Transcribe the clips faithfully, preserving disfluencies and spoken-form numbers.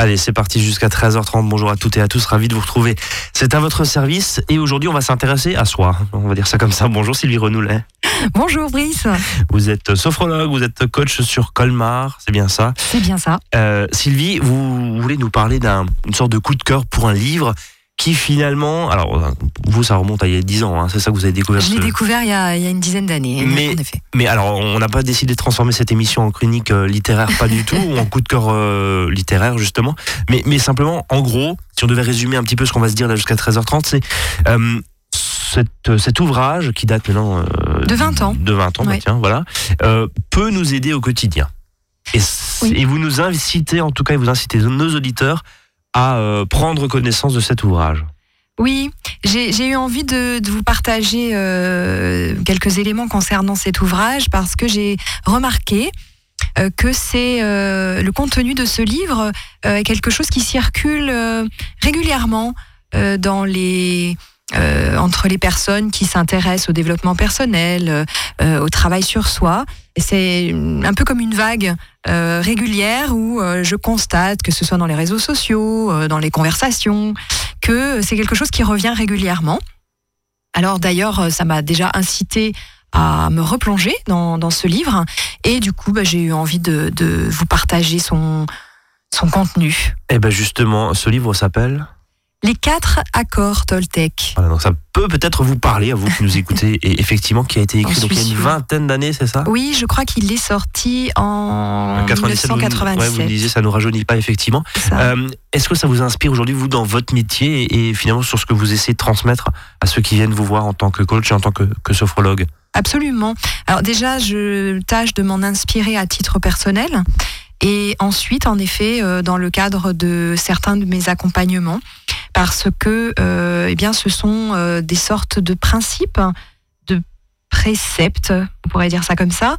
Allez, c'est parti jusqu'à treize heures trente. Bonjour à toutes et à tous, ravi de vous retrouver. C'est à votre service et aujourd'hui on va s'intéresser à soi. On va dire ça comme ça. Bonjour Sylvie Renoulet. Bonjour Brice. Vous êtes sophrologue, vous êtes coach sur Colmar, c'est bien ça? C'est bien ça. Euh, Sylvie, vous voulez nous parler d'une sorte de coup de cœur pour un livre qui finalement, alors vous ça remonte à il y a dix ans, hein, c'est ça que vous avez découvert? Je l'ai ce... découvert il y, a, il y a une dizaine d'années, mais, en effet. Mais alors on n'a pas décidé de transformer cette émission en chronique euh, littéraire, pas du tout, ou en coup de cœur euh, littéraire justement, mais, mais simplement en gros, si on devait résumer un petit peu ce qu'on va se dire là jusqu'à treize heures trente, c'est euh, cet, cet ouvrage qui date maintenant euh, de vingt ans, de vingt ans ouais. bah, tiens, voilà, euh, peut nous aider au quotidien. Et, oui. et vous nous incitez, en tout cas vous incitez nos auditeurs à euh, prendre connaissance de cet ouvrage. Oui, j'ai, j'ai eu envie de, de vous partager euh, quelques éléments concernant cet ouvrage parce que j'ai remarqué euh, que c'est euh, le contenu de ce livre euh, est quelque chose qui circule euh, régulièrement euh, dans les euh, entre les personnes qui s'intéressent au développement personnel, euh, au travail sur soi. Et c'est un peu comme une vague euh, régulière où euh, je constate, que ce soit dans les réseaux sociaux, euh, dans les conversations, que c'est quelque chose qui revient régulièrement. Alors d'ailleurs, ça m'a déjà incité à me replonger dans, dans ce livre. Et du coup, bah, j'ai eu envie de, de vous partager son, son contenu. Et bien justement, ce livre s'appelle ? Les quatre accords Toltec. Voilà, donc ça peut peut-être vous parler, à vous qui nous écoutez, et effectivement qui a été écrit donc, il y a une vingtaine d'années, c'est ça? Oui, je crois qu'il est sorti en dix-neuf cent quatre-vingt-dix-sept. Ouais, vous le disiez, ça ne nous rajeunit pas effectivement. Euh, est-ce que ça vous inspire aujourd'hui, vous, dans votre métier, et, et finalement sur ce que vous essayez de transmettre à ceux qui viennent vous voir en tant que coach et en tant que, que sophrologue? Absolument. Alors déjà, je tâche de m'en inspirer à titre personnel. Et ensuite, en effet, euh, dans le cadre de certains de mes accompagnements, parce que euh, eh bien, ce sont euh, des sortes de principes, de préceptes, on pourrait dire ça comme ça,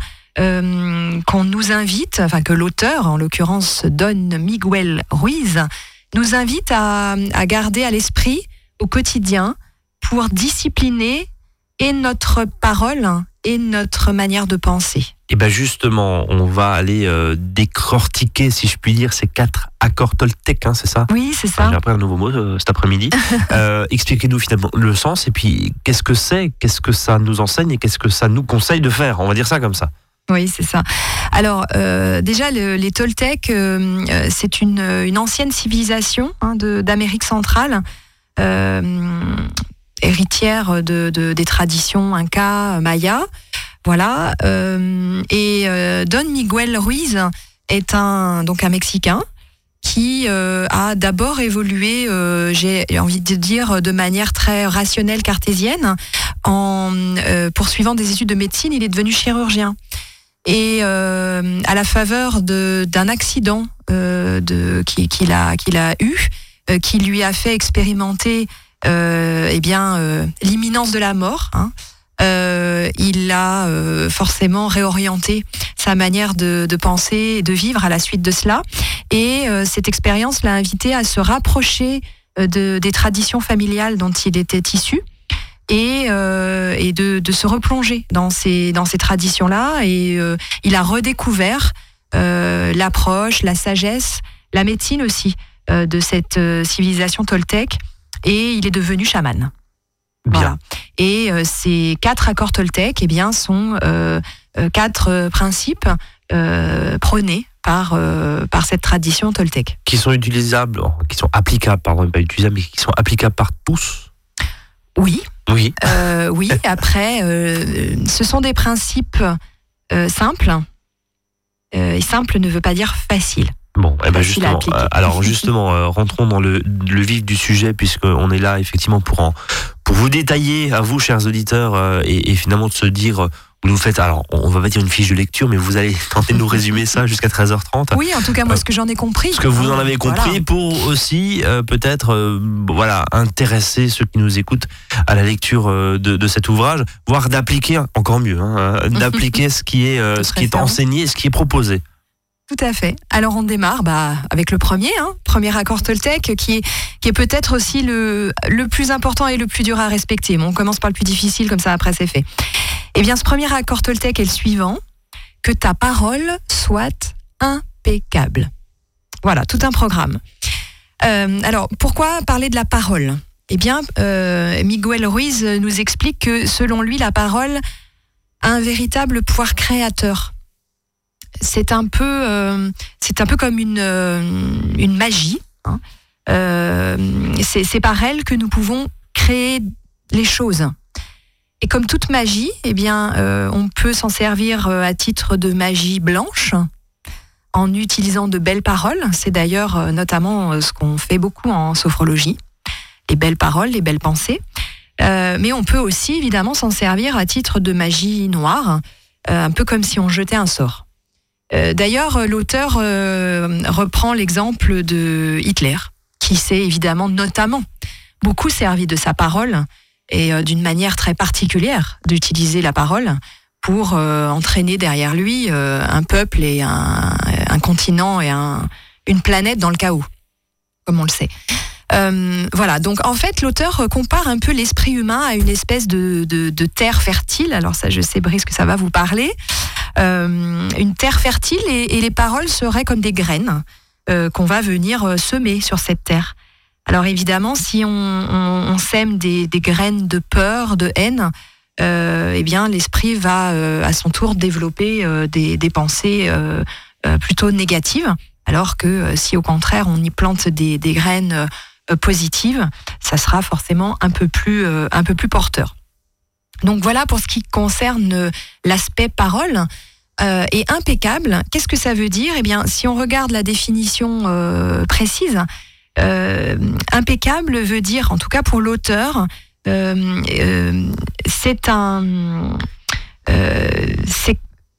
euh, qu'on nous invite, enfin que l'auteur, en l'occurrence Don Miguel Ruiz, nous invite à, à garder à l'esprit au quotidien pour discipliner et notre parole et notre manière de penser. Et bien justement, on va aller euh, décortiquer, si je puis dire, ces quatre accords Toltec, hein, c'est ça? Oui, c'est ça. J'ai appris un nouveau mot euh, cet après-midi. euh, expliquez-nous finalement le sens et puis qu'est-ce que c'est, qu'est-ce que ça nous enseigne et qu'est-ce que ça nous conseille de faire, on va dire ça comme ça. Oui, c'est ça. Alors, euh, déjà, le, les Toltec, euh, c'est une, une ancienne civilisation hein, de, d'Amérique centrale, euh, héritière de, de, des traditions Inca, Maya. Voilà. Euh, et euh, Don Miguel Ruiz est un, donc un Mexicain qui euh, a d'abord évolué, euh, j'ai envie de dire, de manière très rationnelle cartésienne. En euh, poursuivant des études de médecine, il est devenu chirurgien. Et euh, à la faveur de, d'un accident euh, de, qui, qu'il a, qu'il a eu, euh, qui lui a fait expérimenter Euh, eh bien, euh, l'imminence de la mort, hein, euh, il a euh, forcément réorienté sa manière de, de penser et de vivre à la suite de cela. Et euh, cette expérience l'a invité à se rapprocher euh, de, des traditions familiales dont il était issu et, euh, et de, de se replonger dans ces, dans ces traditions-là. Et euh, il a redécouvert euh, l'approche, la sagesse, la médecine aussi euh, de cette euh, civilisation Toltec. Et il est devenu chaman. Voilà. Et euh, ces quatre accords Toltec, eh bien, sont euh, quatre euh, principes euh, prônés par euh, par cette tradition Toltec. Qui sont utilisables, qui sont applicables, pardon, pas utilisables, mais qui sont applicables par tous. Oui. Oui. Euh, oui. Après, euh, ce sont des principes euh, simples. Euh, et simple ne veut pas dire facile. Bon, eh ben justement, euh, alors justement, euh, rentrons dans le, le vif du sujet puisqu'on est là effectivement pour en, pour vous détailler à vous, chers auditeurs, euh, et, et finalement de se dire, vous nous faites, alors on va pas dire une fiche de lecture, mais vous allez tenter de nous résumer ça jusqu'à treize heures trente. Oui, en tout cas moi, euh, ce que j'en ai compris. Ce que vous en avez compris, voilà. Pour aussi euh, peut-être, euh, voilà, intéresser ceux qui nous écoutent à la lecture euh, de, de cet ouvrage, voire d'appliquer, encore mieux, hein, d'appliquer ce qui est, euh, ce qui est enseigné, ce qui est proposé. Tout à fait. Alors on démarre bah, avec le premier, hein, premier accord Toltec, qui est, qui est peut-être aussi le, le plus important et le plus dur à respecter. Bon, on commence par le plus difficile, comme ça après c'est fait. Eh bien ce premier accord Toltec est le suivant, que ta parole soit impeccable. Voilà, tout un programme. Euh, alors, pourquoi parler de la parole ? Eh bien, euh, Miguel Ruiz nous explique que, selon lui, la parole a un véritable pouvoir créateur. C'est un peu, euh, c'est un peu comme une, euh, une magie. Hein. Euh, c'est, c'est par elle que nous pouvons créer les choses. Et comme toute magie, eh bien, euh, on peut s'en servir à titre de magie blanche, en utilisant de belles paroles. C'est d'ailleurs euh, notamment ce qu'on fait beaucoup en sophrologie. Les belles paroles, les belles pensées. Euh, mais on peut aussi évidemment s'en servir à titre de magie noire, euh, un peu comme si on jetait un sort. Euh, d'ailleurs, l'auteur euh, reprend l'exemple de Hitler, qui s'est évidemment notamment beaucoup servi de sa parole et euh, d'une manière très particulière d'utiliser la parole pour euh, entraîner derrière lui euh, un peuple et un, un continent et un, une planète dans le chaos, comme on le sait. Euh, voilà, donc en fait, l'auteur compare un peu l'esprit humain à une espèce de, de, de terre fertile. Alors ça, je sais, Brice, que ça va vous parler. Euh, une terre fertile et, et les paroles seraient comme des graines euh, qu'on va venir semer sur cette terre. Alors évidemment, si on, on, on sème des, des graines de peur, de haine, euh, eh bien l'esprit va euh, à son tour développer euh, des, des pensées euh, euh, plutôt négatives. Alors que euh, si au contraire on y plante des, des graines euh, positive, ça sera forcément un peu plus, euh, un peu plus porteur. Donc voilà pour ce qui concerne l'aspect parole. Euh, et impeccable, qu'est-ce que ça veut dire ? Eh bien, si on regarde la définition euh, précise, euh, impeccable veut dire, en tout cas pour l'auteur, euh, euh, c'est un, euh, c'est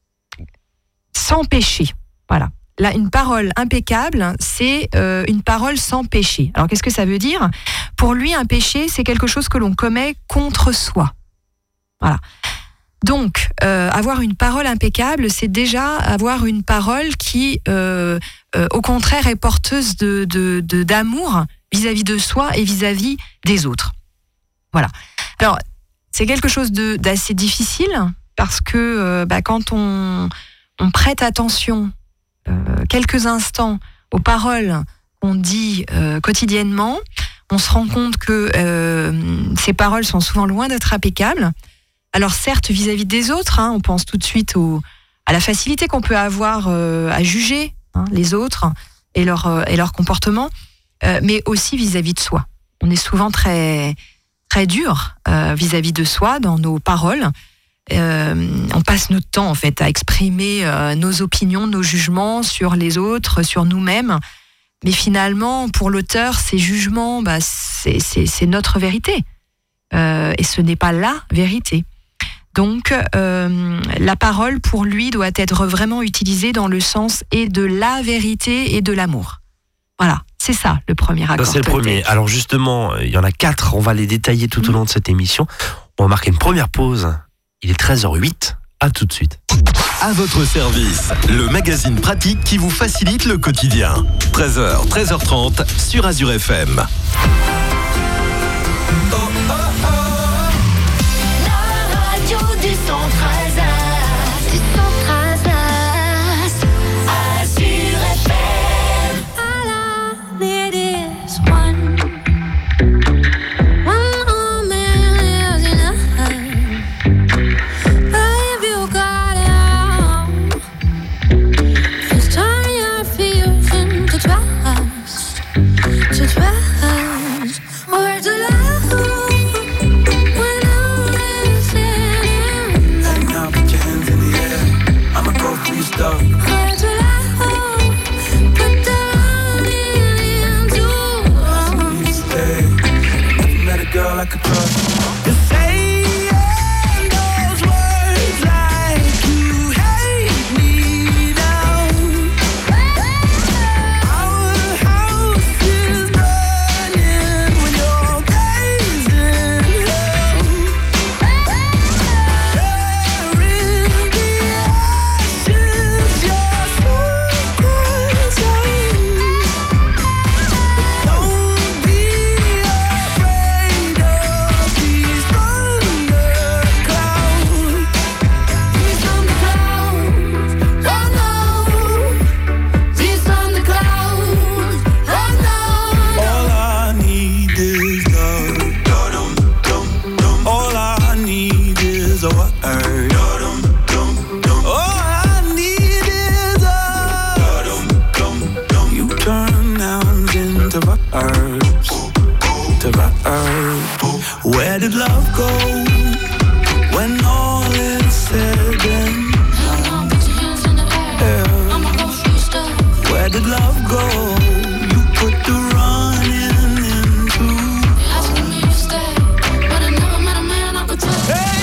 sans péché. Voilà. Là, une parole impeccable, c'est euh, une parole sans péché. Alors, qu'est-ce que ça veut dire ? Pour lui, un péché, c'est quelque chose que l'on commet contre soi. Voilà. Donc, euh, avoir une parole impeccable, c'est déjà avoir une parole qui, euh, euh, au contraire, est porteuse de, de, de, d'amour vis-à-vis de soi et vis-à-vis des autres. Voilà. Alors, c'est quelque chose de, d'assez difficile parce que euh, bah, quand on, on prête attention Euh, quelques instants aux paroles qu'on dit euh, quotidiennement, on se rend compte que euh, ces paroles sont souvent loin d'être impeccables. Alors certes, vis-à-vis des autres, hein, on pense tout de suite au, à la facilité qu'on peut avoir euh, à juger hein, les autres et leur, euh, et leur comportement, euh, mais aussi vis-à-vis de soi. On est souvent très, très dur euh, vis-à-vis de soi dans nos paroles. Euh, on passe notre temps en fait à exprimer euh, nos opinions, nos jugements sur les autres, sur nous-mêmes. Mais finalement, pour l'auteur, ces jugements, bah, c'est, c'est, c'est notre vérité. Euh, et ce n'est pas la vérité. Donc, euh, la parole, pour lui, doit être vraiment utilisée dans le sens et de la vérité et de l'amour. Voilà, c'est ça le premier accord. Ça, c'est le premier. Alors justement, il y en a quatre, on va les détailler tout au long de cette émission. On va marquer une première pause. Il est treize heures huit, à tout de suite. À votre service, le magazine pratique qui vous facilite le quotidien. treize heures, treize heures trente sur Azure F M. Oh, oh, oh. La radio du centre Alsace, du centre Alsace, Azure F M. All I need is one. One moment is enough. If you got it all, just turn your fears into trust, to trust. to rehearse, to rehearse. Where did love go when all is said and done? Yeah. Where did love go? You put the running into. Asking me to stay, but I never met a man I could trust. Hey.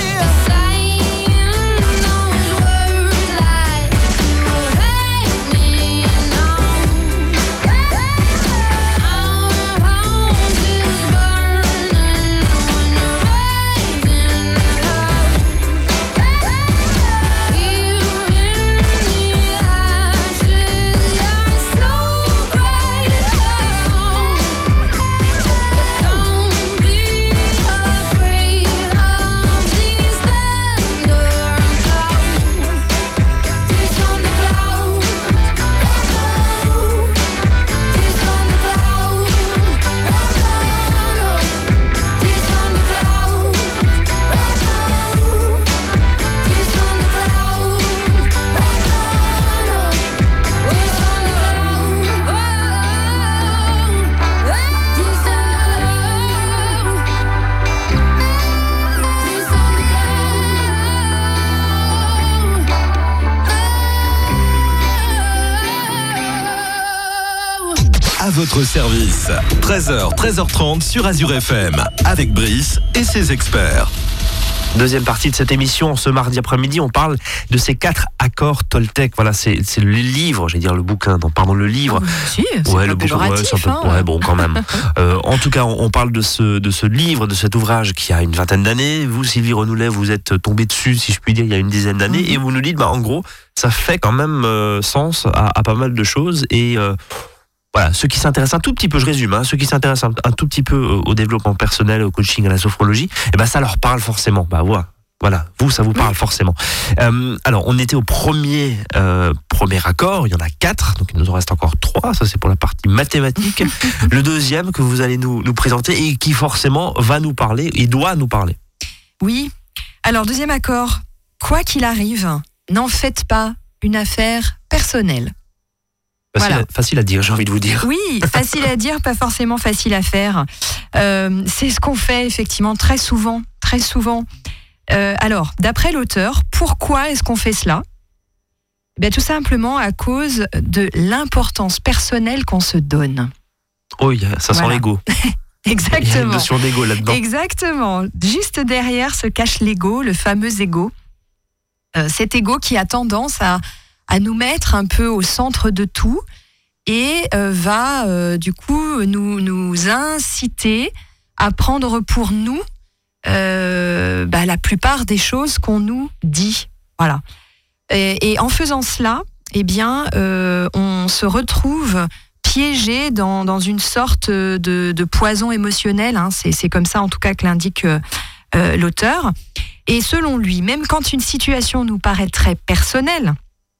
À votre service, treize heures, treize heures trente sur Azure F M, avec Brice et ses experts. Deuxième partie de cette émission, ce mardi après-midi, on parle de ces quatre accords Toltec. Voilà, c'est, c'est le livre, j'allais dire le bouquin, non, pardon, le livre. Oh, si, c'est ouais, pas le bouquin, ouais, c'est un peu, hein. ouais, bon, quand même. euh, en tout cas, on, on parle de ce, de ce livre, de cet ouvrage qui a une vingtaine d'années. Vous, Sylvie Renoulet, vous êtes tombé dessus, si je puis dire, il y a une dizaine d'années, mmh. et vous nous dites, bah, en gros, ça fait quand même euh, sens à, à pas mal de choses. Et euh, voilà, ceux qui s'intéressent un tout petit peu, je résume, hein, ceux qui s'intéressent un, un tout petit peu au développement personnel, au coaching, à la sophrologie, et ben ça leur parle forcément. Bah voilà. Voilà, vous, ça vous parle forcément. Euh, alors, on était au premier, euh, premier accord, il y en a quatre, donc il nous en reste encore trois, ça c'est pour la partie mathématique. Le deuxième que vous allez nous, nous présenter et qui forcément va nous parler et doit nous parler. Oui, alors deuxième accord, quoi qu'il arrive, n'en faites pas une affaire personnelle. Facile, voilà. à, facile à dire, j'ai envie de vous dire. Oui, facile à dire, pas forcément facile à faire. Euh, c'est ce qu'on fait effectivement très souvent, très souvent. Euh, alors, d'après l'auteur, pourquoi est-ce qu'on fait cela ? Eh bien, tout simplement à cause de l'importance personnelle qu'on se donne. Oh, ça sent voilà. l'ego. Exactement. Il y a une notion d'ego là-dedans. Exactement. Juste derrière se cache l'ego, le fameux ego. Euh, cet ego qui a tendance à, à nous mettre un peu au centre de tout et euh, va euh, du coup nous, nous inciter à prendre pour nous Euh, bah, la plupart des choses qu'on nous dit, voilà. Et, et en faisant cela, eh bien, euh, on se retrouve piégé dans, dans une sorte de, de poison émotionnel. Hein. C'est, c'est comme ça, en tout cas, que l'indique euh, l'auteur. Et selon lui, même quand une situation nous paraît très personnelle,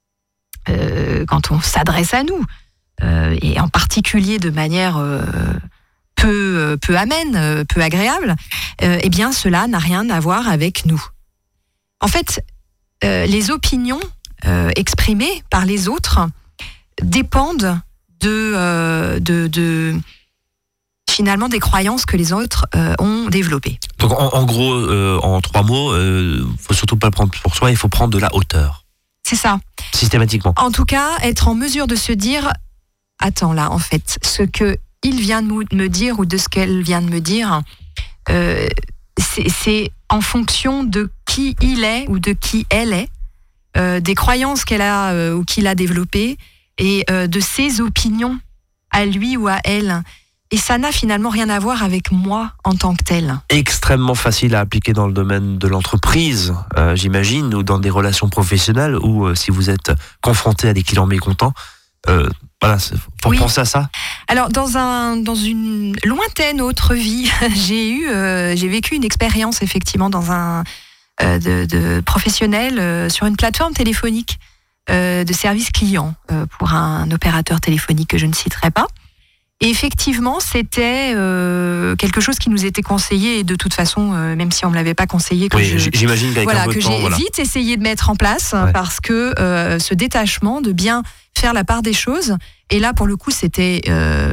euh, quand on s'adresse à nous, euh, et en particulier de manière euh, peu, peu amène, peu agréable, euh, eh bien cela n'a rien à voir avec nous. En fait, euh, les opinions euh, exprimées par les autres dépendent de, euh, de, de finalement des croyances que les autres euh, ont développées. Donc en, en gros, euh, en trois mots, il euh, faut surtout pas le prendre pour soi, il faut prendre de la hauteur. C'est ça. Systématiquement. En tout cas, être en mesure de se dire, attends là, en fait, ce que il vient de me dire ou de ce qu'elle vient de me dire, euh, c'est, c'est en fonction de qui il est ou de qui elle est, euh, des croyances qu'elle a euh, ou qu'il a développées et euh, de ses opinions à lui ou à elle. Et ça n'a finalement rien à voir avec moi en tant que tel. Extrêmement facile à appliquer dans le domaine de l'entreprise, euh, j'imagine, ou dans des relations professionnelles, ou euh, si vous êtes confronté à des clients mécontents. Euh, voilà, faut oui. penser à ça. Alors, dans un, dans une lointaine autre vie, j'ai eu, euh, j'ai vécu une expérience effectivement dans un euh, de, de professionnel euh, sur une plateforme téléphonique euh, de service client euh, pour un opérateur téléphonique que je ne citerai pas. Et effectivement, c'était euh, quelque chose qui nous était conseillé, et de toute façon, euh, même si on ne me l'avait pas conseillé, que, oui, je, j'imagine qu'avec voilà, un peu que de temps, j'ai voilà. vite essayé de mettre en place, ouais. parce que euh, ce détachement, de bien faire la part des choses, et là, pour le coup, c'était euh,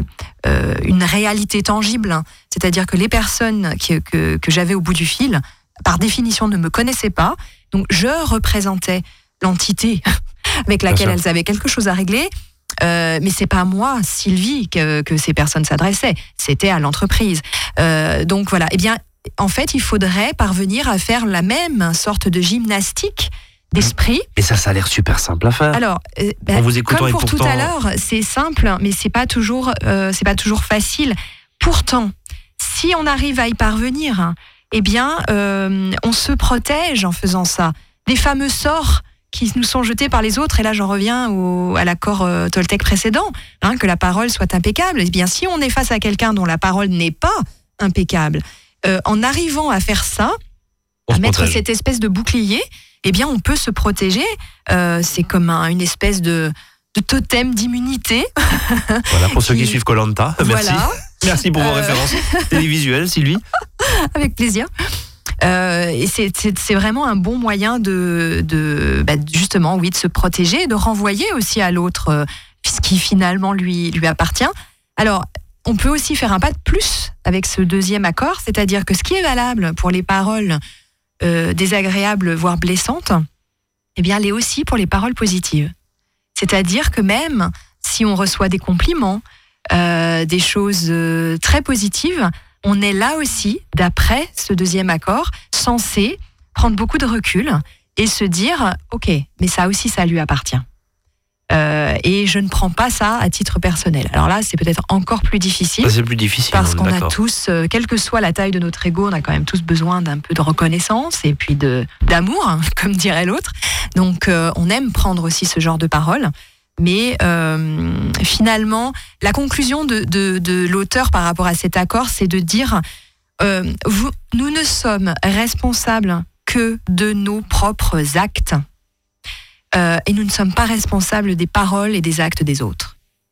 euh, une réalité tangible. Hein. C'est-à-dire que les personnes qui, que, que j'avais au bout du fil, par définition, ne me connaissaient pas. Donc, je représentais l'entité avec laquelle elles avaient quelque chose à régler. Euh, mais c'est pas à moi, Sylvie, que, que ces personnes s'adressaient. C'était à l'entreprise. Euh, donc voilà. Eh bien, en fait, il faudrait parvenir à faire la même sorte de gymnastique d'esprit. Et ça, ça a l'air super simple à faire. Alors, euh, bah, en vous écoutant comme pour et pourtant... tout à l'heure, c'est simple, mais c'est pas toujours, euh, c'est pas toujours facile. Pourtant, si on arrive à y parvenir, eh bien, euh, on se protège en faisant ça. Les fameux sorts qui nous sont jetés par les autres, et là j'en reviens au, à l'accord euh, Toltec précédent, hein, que la parole soit impeccable. Eh bien, si on est face à quelqu'un dont la parole n'est pas impeccable, euh, en arrivant à faire ça, On à se mettre protège. cette espèce de bouclier, eh bien, on peut se protéger. Euh, c'est comme un, une espèce de, de totem d'immunité. Voilà, pour ceux qui Qui- suivent Koh-Lanta, merci. Voilà, Merci pour vos Euh. références télévisuelles, Sylvie. avec plaisir. Euh, et c'est, c'est, c'est vraiment un bon moyen de, de bah, justement, oui, de se protéger, de renvoyer aussi à l'autre euh, ce qui finalement lui, lui appartient. Alors, on peut aussi faire un pas de plus avec ce deuxième accord, c'est-à-dire que ce qui est valable pour les paroles euh, désagréables, voire blessantes, eh bien, l'est aussi pour les paroles positives. C'est-à-dire que même si on reçoit des compliments, euh, des choses euh, très positives, on est là aussi, d'après ce deuxième accord, censé prendre beaucoup de recul et se dire « Ok, mais ça aussi, ça lui appartient. Euh, et je ne prends pas ça à titre personnel. » Alors là, c'est peut-être encore plus difficile. Ça, c'est plus difficile. Parce on est qu'on a d'accord. tous, euh, quelle que soit la taille de notre ego, on a quand même tous besoin d'un peu de reconnaissance et puis de, d'amour, hein, comme dirait l'autre. Donc, euh, on aime prendre aussi ce genre de paroles. Mais euh, finalement, la conclusion de, de, de l'auteur par rapport à cet accord, c'est de dire euh, vous, nous ne sommes responsables que de nos propres actes euh, et nous ne sommes pas responsables des paroles et des actes des autres.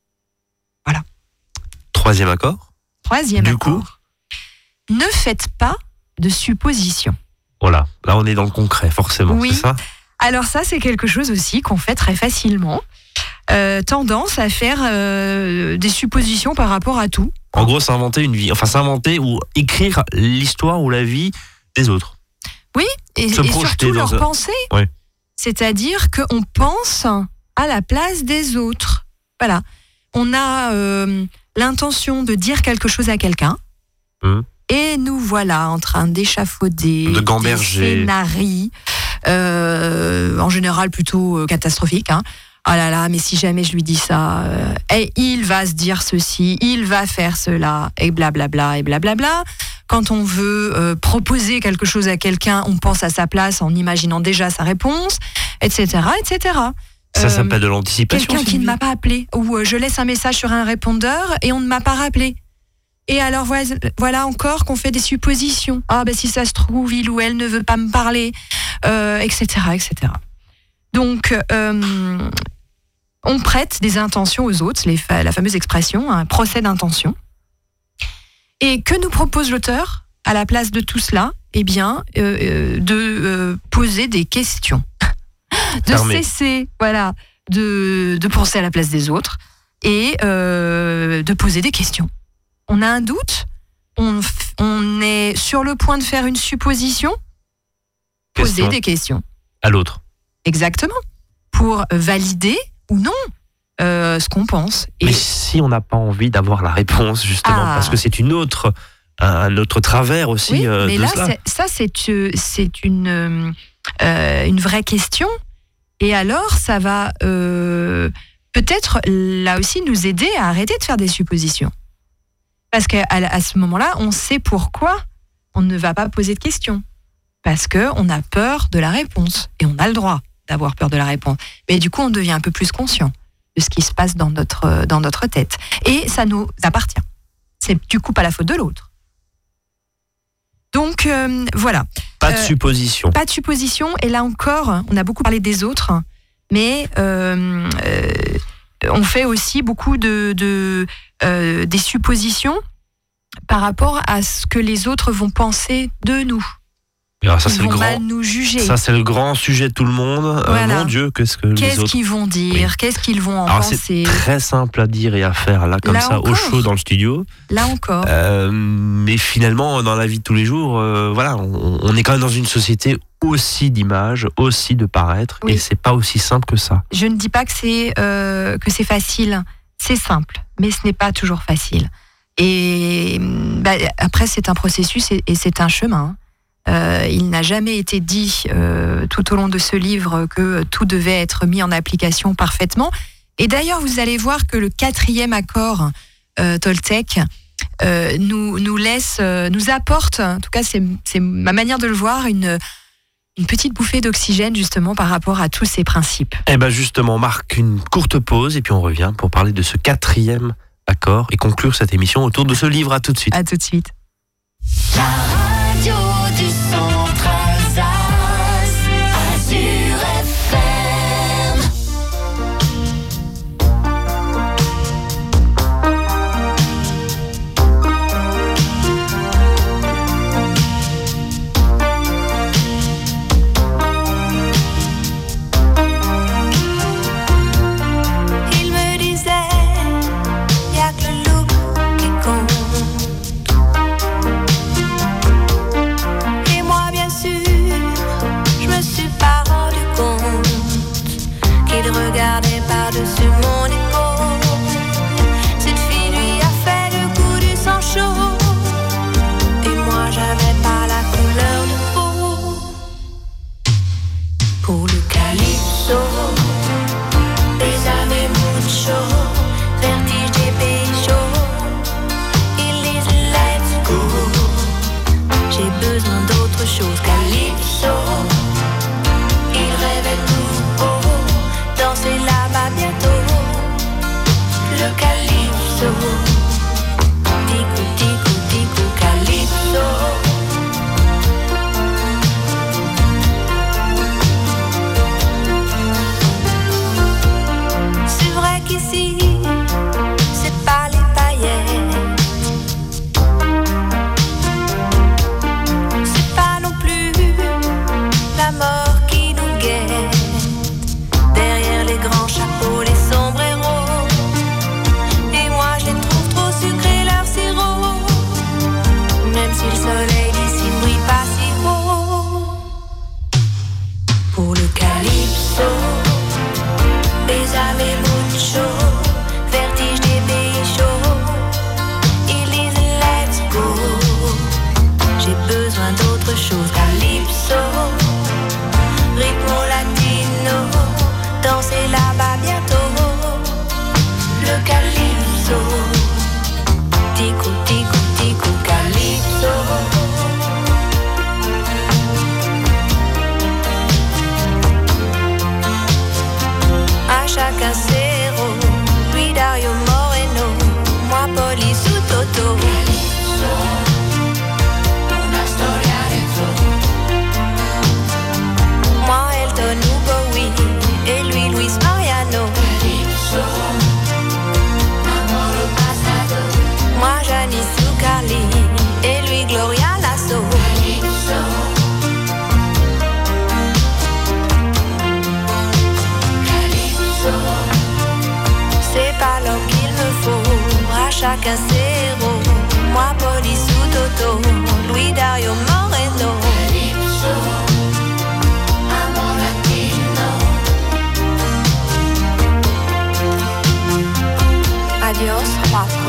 Troisième accord. Troisième Du accord. coup Ne faites pas de suppositions. Voilà, là on est dans le concret, forcément, Oui. c'est ça? Alors ça, c'est quelque chose aussi qu'on fait très facilement. Euh, tendance à faire euh, des suppositions par rapport à tout. En gros, s'inventer une vie, enfin s'inventer ou écrire l'histoire ou la vie des autres. Et, Se et projeter surtout dans leur ça. pensée. Ouais. C'est-à-dire qu'on pense à la place des autres. Voilà. On a euh, l'intention de dire quelque chose à quelqu'un. Hum. Et nous voilà en train d'échafauder De des gamberger. scénarios, euh, en général plutôt euh, catastrophiques. Hein. Oh là là, mais si jamais je lui dis ça, euh, et il va se dire ceci, il va faire cela, et blablabla, et blablabla. Quand on veut euh, proposer quelque chose à quelqu'un, on pense à sa place en imaginant déjà sa réponse, et cetera, et cetera. Ça Euh, s'appelle de l'anticipation. Quelqu'un qui Sylvie. ne m'a pas appelé, ou euh, je laisse un message sur un répondeur et on ne m'a pas rappelé. Et alors voilà, voilà encore qu'on fait des suppositions. Ah ben si ça se trouve, il ou elle ne veut pas me parler, euh, et cetera, et cetera. Donc euh, on prête des intentions aux autres, les fa- la fameuse expression, un procès d'intention. Et que nous propose l'auteur à la place de tout cela? Eh bien, euh, euh, de euh, poser des questions, de Fermé. cesser, voilà, de, de penser à la place des autres et euh, de poser des questions. On a un doute, on, f- on est sur le point de faire une supposition, poser Question. des questions. À l'autre. Exactement. Pour valider ou non euh, ce qu'on pense. Et Mais si on n'a pas envie d'avoir la réponse, justement, Ah. parce que c'est une autre, un, un autre travers aussi oui, euh, mais de là, cela. c'est- ça, c'est, euh, c'est une, euh, euh, une vraie question. Et alors, ça va euh, peut-être, là aussi, nous aider à arrêter de faire des suppositions. Parce qu'à à ce moment-là, on sait pourquoi on ne va pas poser de questions. Parce qu'on a peur de la réponse. Et on a le droit d'avoir peur de la réponse. Mais du coup, on devient un peu plus conscient de ce qui se passe dans notre, dans notre tête. Et ça nous appartient. C'est du coup pas la faute de l'autre. Donc, euh, voilà. Pas de euh, supposition. Pas de supposition. Et là encore, on a beaucoup parlé des autres, mais euh, euh, on fait aussi beaucoup de, de euh, des suppositions par rapport à ce que les autres vont penser de nous. Alors ça, ils c'est vont le grand, mal nous juger. ça, c'est le grand sujet de tout le monde. Voilà. Euh, mon Dieu, qu'est-ce que les Qu'est-ce autres... qu'ils vont dire? Oui. Qu'est-ce qu'ils vont en Alors, penser? c'est très simple à dire et à faire, là, comme Là ça, encore. au chaud dans le studio. Là encore. Euh, mais finalement, dans la vie de tous les jours, euh, voilà, on, on est quand même dans une société aussi d'image, aussi de paraître, Oui. et c'est pas aussi simple que ça. Je ne dis pas que c'est euh, que c'est facile. C'est simple, mais ce n'est pas toujours facile. Et bah, après, c'est un processus et, et c'est un chemin. Euh, il n'a jamais été dit euh, tout au long de ce livre que tout devait être mis en application parfaitement. Et d'ailleurs, vous allez voir que le quatrième accord euh, Toltec euh, nous nous laisse, euh, nous apporte, en tout cas, c'est, c'est ma manière de le voir, une une petite bouffée d'oxygène justement par rapport à tous ces principes. Et ben justement, on marque une courte pause et puis on revient pour parler de ce quatrième accord et conclure cette émission autour de ce livre. À tout de suite. À tout de suite. La radio du centre Alsace, Azur F M. Il me disait, y'a que le look qui compte. Et moi, bien sûr, je me suis pas rendu compte qu'il regardait par-dessus mon épaule. Cette fille lui a fait le coup du sang chaud. Et moi, j'avais pas la couleur de peau. Pour le calypso, bésame mucho, vertige des pays chauds. Ils disent let's go. J'ai besoin d'autre chose, calypso. Il rêvait tout haut, danser là-bas bientôt. Le calypso, tico tico tico calypso. C'est vrai qu'ici, c'est pas les paillettes. C'est pas non plus la mort qui nous guette. Derrière les grands chapeaux, les sombreros. Et moi, je les trouve trop sucrés, leur sirop. Même si le soleil d'ici ne brille pas si haut. Pour le calypso, bésame mucho, vertige des pays chauds. Ils disent let's go. J'ai besoin d'autre chose, calypso, ritmo latino, danser là-bas bientôt. Le calypso, tico tico tico calypso. À chacun ses rôles, lui Dario Moreno, moi Police ou Toto. Moi Elton ou Bowie, et lui Luis Mariano. Moi Janice ou Carly, et lui Gloria Lasso. C'est pas l'homme qu'il me faut, à chacun ses rôles. Moi Police ou Toto, Louis Dario Moreno. Adios, guapo.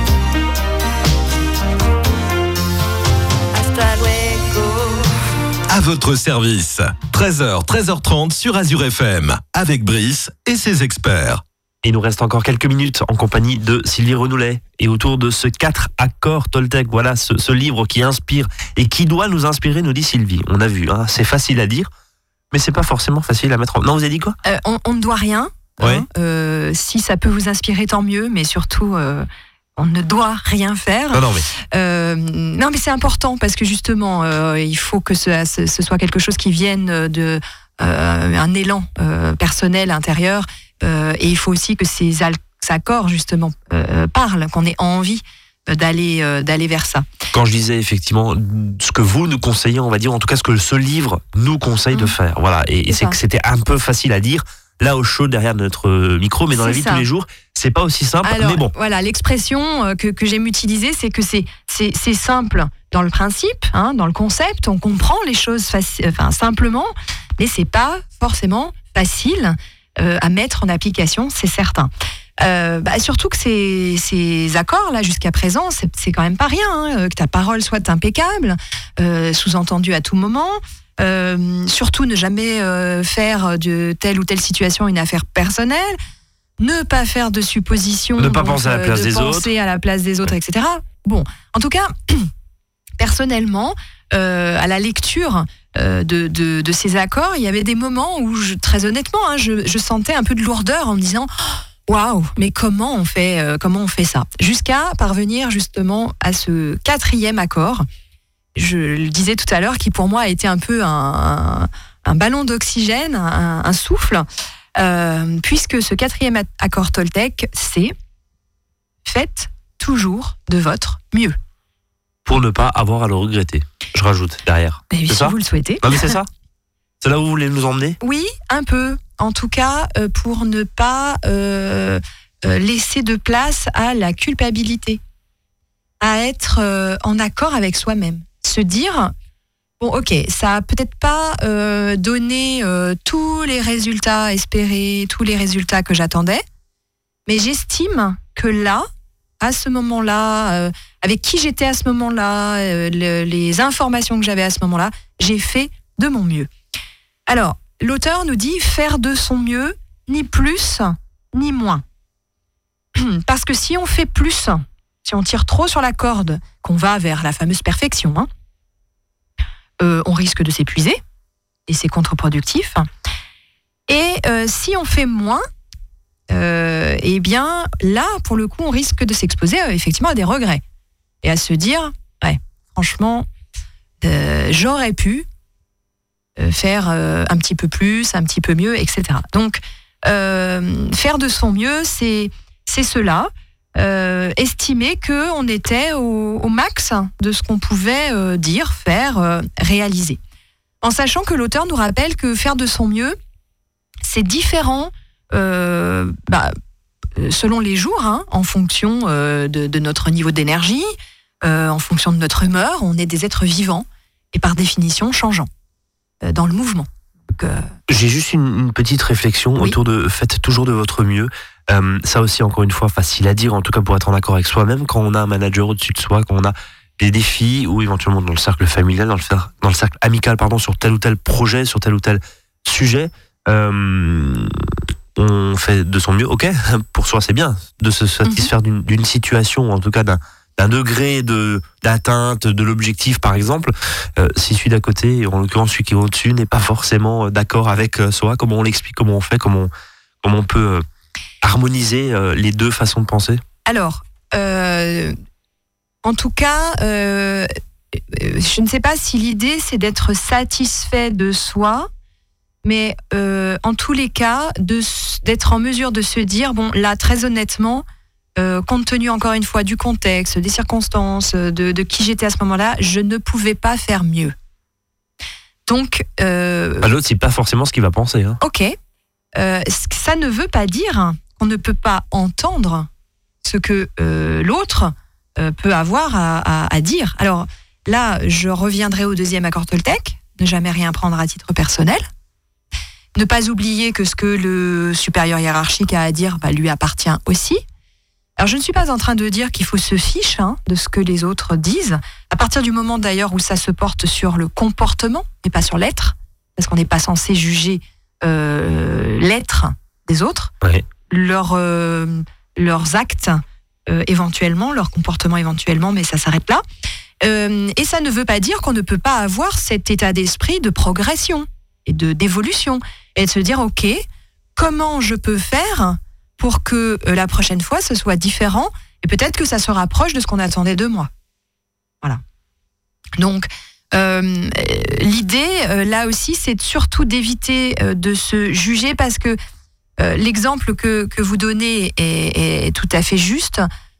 Hasta luego. À votre service. treize heures, treize heures trente sur Azur F M. Avec Brice et ses experts. Il nous reste encore quelques minutes en compagnie de Sylvie Renoulet et autour de ce quatre accords Toltec. Voilà ce, ce livre qui inspire et qui doit nous inspirer, nous dit Sylvie. On a vu, hein, c'est facile à dire, mais c'est pas forcément facile à mettre en... Non, vous avez dit quoi? Euh, on, on ne doit rien. Ouais. Hein. Euh, si ça peut vous inspirer, tant mieux, mais surtout, euh, on ne doit rien faire. Non, non, mais... Euh, non, mais c'est important parce que justement, euh, il faut que ce, ce, ce soit quelque chose qui vienne de euh, un élan euh, personnel intérieur, euh, et il faut aussi que ces al- accords justement euh, parlent, qu'on ait envie d'aller euh, d'aller vers ça. Quand je disais effectivement ce que vous nous conseillez, on va dire, en tout cas ce que ce livre nous conseille mmh. de faire. Voilà. Et, et c'est, c'est que c'était un peu facile à dire, là au chaud derrière notre micro, mais dans c'est la vie ça. de tous les jours, c'est pas aussi simple. Alors, mais bon. Voilà, l'expression que, que j'aime utiliser, c'est que c'est, c'est, c'est simple dans le principe, hein, dans le concept, on comprend les choses faci- enfin, simplement, mais c'est pas forcément facile euh, à mettre en application, c'est certain. Euh, bah, surtout que ces, ces accords là jusqu'à présent, c'est, c'est quand même pas rien, hein, que ta parole soit impeccable, euh, sous-entendu à tout moment. Euh, surtout ne jamais euh, faire de telle ou telle situation une affaire personnelle, ne pas faire de suppositions, ne pas donc, penser à la place de des penser autres, à la place des autres, et cetera. Bon, en tout cas, personnellement, euh, à la lecture euh, de, de, de ces accords, il y avait des moments où, je, très honnêtement, hein, je, je sentais un peu de lourdeur en me disant. Waouh, mais comment on fait, euh, comment on fait ça ? Jusqu'à parvenir justement à ce quatrième accord. Je le disais tout à l'heure, qui pour moi a été un peu un, un, un ballon d'oxygène, un, un souffle, euh, puisque ce quatrième accord Toltec, c'est faites toujours de votre mieux. Pour ne pas avoir à le regretter. Je rajoute derrière. Mais c'est si ça vous le souhaitez. Non mais c'est ça. C'est là où vous voulez nous emmener ? Oui, un peu. En tout cas, euh, pour ne pas euh, euh, laisser de place à la culpabilité, à être euh, en accord avec soi-même. Se dire, bon ok, ça a peut-être pas euh, donné euh, tous les résultats espérés, tous les résultats que j'attendais, mais j'estime que là, à ce moment-là, euh, avec qui j'étais à ce moment-là, euh, le, les informations que j'avais à ce moment-là, j'ai fait de mon mieux. Alors, l'auteur nous dit faire de son mieux, ni plus, ni moins. Parce que si on fait plus, si on tire trop sur la corde, qu'on va vers la fameuse perfection, hein, euh, on risque de s'épuiser, et c'est contre-productif. Et euh, si on fait moins, euh, eh bien, là, pour le coup, on risque de s'exposer euh, effectivement à des regrets. Et à se dire, ouais, franchement, euh, j'aurais pu faire euh, un petit peu plus, un petit peu mieux, et cetera. Donc, euh, faire de son mieux, c'est, c'est cela. Euh, estimer qu'on était au, au max de ce qu'on pouvait euh, dire, faire, euh, réaliser. En sachant que l'auteur nous rappelle que faire de son mieux, c'est différent euh, bah, selon les jours, hein, en fonction euh, de, de notre niveau d'énergie, euh, en fonction de notre humeur. On est des êtres vivants et par définition changeants dans le mouvement. Donc, euh... J'ai juste une, une petite réflexion oui. autour de faites toujours de votre mieux. Euh, ça aussi, encore une fois, facile à dire, en tout cas pour être en accord avec soi-même, quand on a un manager au-dessus de soi, quand on a des défis, ou éventuellement dans le cercle familial, dans le, dans le cercle amical, pardon, sur tel ou tel projet, sur tel ou tel sujet, euh, on fait de son mieux. Ok, pour soi c'est bien de se satisfaire mm-hmm. d'une, d'une situation, en tout cas d'un d'un degré de, d'atteinte de l'objectif, par exemple, euh, si celui d'à côté, en l'occurrence celui qui est au-dessus, n'est pas forcément d'accord avec soi, comment on l'explique, comment on fait, comment on, comment on peut euh, harmoniser euh, les deux façons de penser ? Alors, euh, en tout cas, euh, je ne sais pas si l'idée, c'est d'être satisfait de soi, mais euh, en tous les cas, de, d'être en mesure de se dire, bon, là, très honnêtement, Euh, compte tenu encore une fois du contexte, des circonstances, de, de qui j'étais à ce moment-là, je ne pouvais pas faire mieux. Donc, euh, bah, l'autre, c'est pas forcément ce qu'il va penser. Hein. Ok, euh, ça ne veut pas dire qu'on ne peut pas entendre ce que euh, l'autre euh, peut avoir à, à, à dire. Alors là, je reviendrai au deuxième accord Toltec, ne jamais rien prendre à titre personnel. Ne pas oublier que ce que le supérieur hiérarchique a à dire bah, lui appartient aussi. Alors, je ne suis pas en train de dire qu'il faut se fiche hein, de ce que les autres disent, à partir du moment d'ailleurs où ça se porte sur le comportement et pas sur l'être, parce qu'on n'est pas censé juger euh, l'être des autres, oui. leur, euh, leurs actes euh, éventuellement, leur comportement éventuellement, mais ça s'arrête là. Euh, et ça ne veut pas dire qu'on ne peut pas avoir cet état d'esprit de progression et de, d'évolution, et de se dire, ok, comment je peux faire pour que euh, la prochaine fois, ce soit différent, et peut-être que ça se rapproche de ce qu'on attendait de moi. Voilà. Donc, euh, l'idée, euh, là aussi, c'est surtout d'éviter euh, de se juger, parce que euh, l'exemple que, que vous donnez est, est tout à fait juste.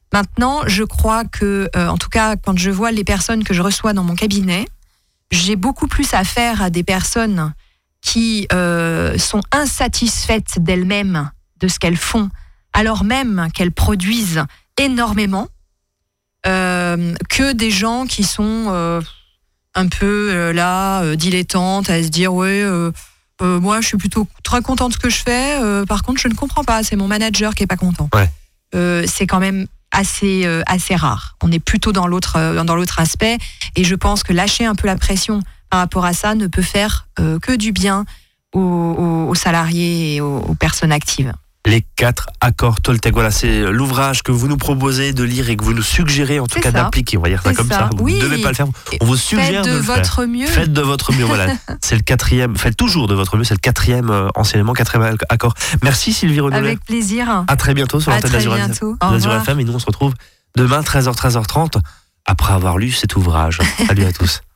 Maintenant, je crois que, euh, en tout cas, quand je vois les personnes que je reçois dans mon cabinet, j'ai beaucoup plus affaire à des personnes qui euh, sont insatisfaites d'elles-mêmes, de ce qu'elles font, alors même qu'elles produisent énormément, euh, que des gens qui sont euh, un peu euh, là, euh, dilettantes, à se dire ouais, euh, euh, moi je suis plutôt très contente de ce que je fais, euh, par contre je ne comprends pas, c'est mon manager qui est pas content. Ouais. Euh, c'est quand même assez euh, assez rare. On est plutôt dans l'autre euh, dans l'autre aspect, et je pense que lâcher un peu la pression par rapport à ça ne peut faire euh, que du bien aux, aux, aux salariés et aux, aux personnes actives. Les quatre accords Toltec, voilà, c'est l'ouvrage que vous nous proposez de lire et que vous nous suggérez en tout C'est cas ça. d'appliquer, on va dire ça C'est comme ça. ça. Vous Oui. ne devez pas le faire, on vous suggère Faites de, de le votre faire. mieux. Faites de votre mieux, voilà. C'est le quatrième, faites toujours de votre mieux, c'est le quatrième euh, enseignement, quatrième accord. Merci Sylvie Renoulet. Avec plaisir. À très bientôt sur À l'antenne très d'Azur bientôt. Au d'Azur revoir. F M, et nous on se retrouve demain treize heures treize heures trente après avoir lu cet ouvrage. Salut à tous.